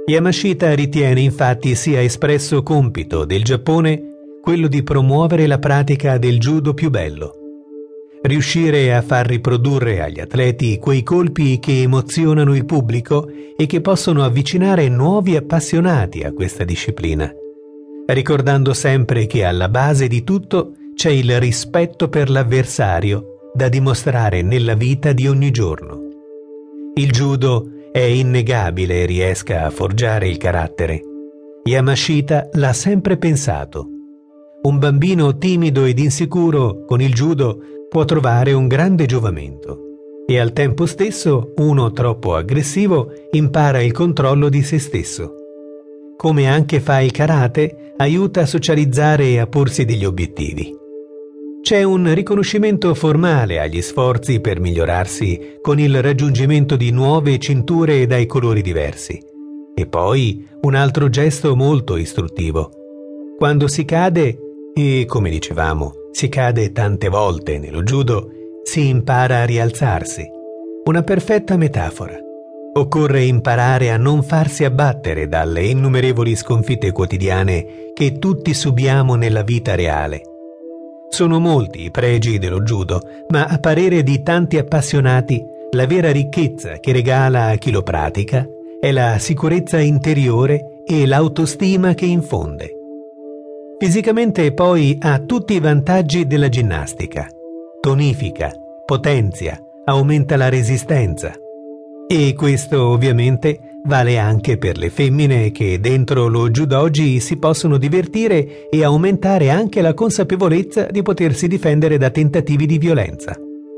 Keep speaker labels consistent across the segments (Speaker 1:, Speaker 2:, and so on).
Speaker 1: Yamashita ritiene infatti sia espresso compito del Giappone quello di promuovere la pratica del judo più bello. Riuscire a far riprodurre agli atleti quei colpi che emozionano il pubblico e che possono avvicinare nuovi appassionati a questa disciplina, ricordando sempre che alla base di tutto c'è il rispetto per l'avversario da dimostrare nella vita di ogni giorno. Il judo è innegabile riesca a forgiare il carattere. Yamashita l'ha sempre pensato. Un bambino timido ed insicuro con il judo può trovare un grande giovamento e al tempo stesso uno troppo aggressivo impara il controllo di se stesso. Come anche fa il karate, aiuta a socializzare e a porsi degli obiettivi. C'è un riconoscimento formale agli sforzi per migliorarsi con il raggiungimento di nuove cinture dai colori diversi. E poi un altro gesto molto istruttivo. Quando si cade, e come dicevamo, si cade tante volte nello judo, si impara a rialzarsi. Una perfetta metafora. Occorre imparare a non farsi abbattere dalle innumerevoli sconfitte quotidiane che tutti subiamo nella vita reale. Sono molti i pregi dello judo, ma a parere di tanti appassionati, la vera ricchezza che regala a chi lo pratica è la sicurezza interiore e l'autostima che infonde. Fisicamente poi ha tutti i vantaggi della ginnastica. Tonifica, potenzia, aumenta la resistenza. E questo ovviamente vale anche per le femmine che dentro lo judogi si possono divertire e aumentare anche la consapevolezza di potersi difendere da tentativi di violenza.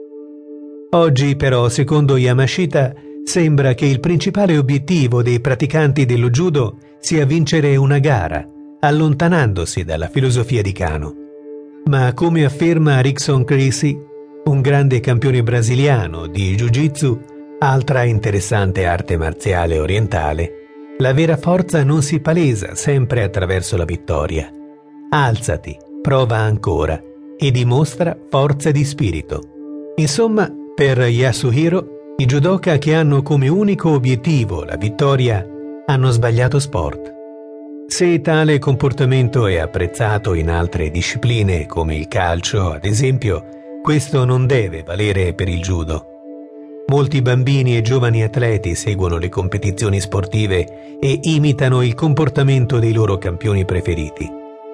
Speaker 1: Oggi però, secondo Yamashita, sembra che il principale obiettivo dei praticanti dello judo sia vincere una gara, allontanandosi dalla filosofia di Kano. Ma come afferma Rickson Gracie, un grande campione brasiliano di Jiu-Jitsu, altra interessante arte marziale orientale, la vera forza non si palesa sempre attraverso la vittoria. Alzati, prova ancora e dimostra forza di spirito. Insomma, per Yasuhiro, i judoka che hanno come unico obiettivo la vittoria hanno sbagliato sport. Se tale comportamento è apprezzato in altre discipline come il calcio, ad esempio, questo non deve valere per il judo. Molti bambini e giovani atleti seguono le competizioni sportive e imitano il comportamento dei loro campioni preferiti.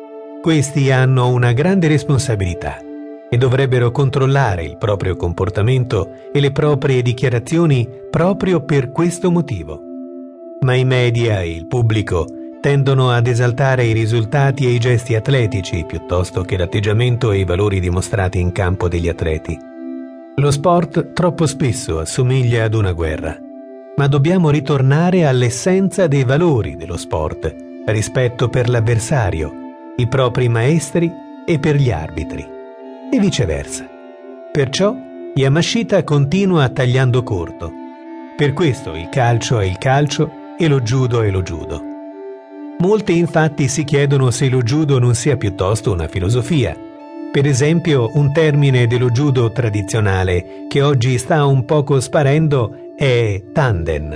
Speaker 1: Questi hanno una grande responsabilità e dovrebbero controllare il proprio comportamento e le proprie dichiarazioni proprio per questo motivo. Ma i media e il pubblico tendono ad esaltare i risultati e i gesti atletici piuttosto che l'atteggiamento e i valori dimostrati in campo degli atleti. Lo sport troppo spesso assomiglia ad una guerra, ma dobbiamo ritornare all'essenza dei valori dello sport, rispetto per l'avversario, i propri maestri e per gli arbitri, e viceversa. Perciò Yamashita continua tagliando corto. Per questo il calcio è il calcio e lo judo è lo judo. Molti infatti si chiedono se lo judo non sia piuttosto una filosofia. Per esempio, un termine dello judo tradizionale che oggi sta un poco sparendo è tanden.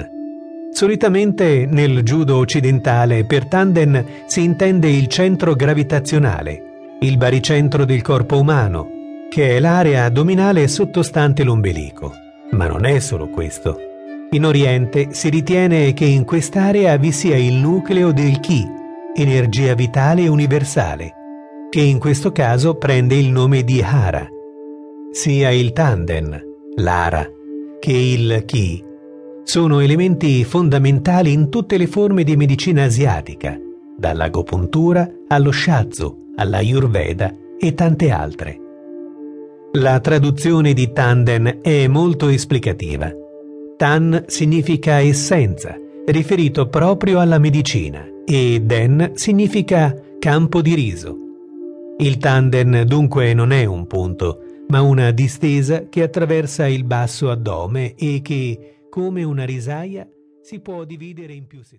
Speaker 1: Solitamente nel judo occidentale per tanden si intende il centro gravitazionale, il baricentro del corpo umano, che è l'area addominale sottostante l'ombelico. Ma non è solo questo. In Oriente si ritiene che in quest'area vi sia il nucleo del Ki, energia vitale universale, che in questo caso prende il nome di Hara. Sia il Tanden, l'Hara, che il Ki sono elementi fondamentali in tutte le forme di medicina asiatica, dall'agopuntura allo shiatsu, all'ayurveda e tante altre. La traduzione di Tanden è molto esplicativa. Tan significa essenza, riferito proprio alla medicina, e Den significa campo di riso. Il tanden dunque non è un punto, ma una distesa che attraversa il basso addome e che, come una risaia, si può dividere in più sezioni.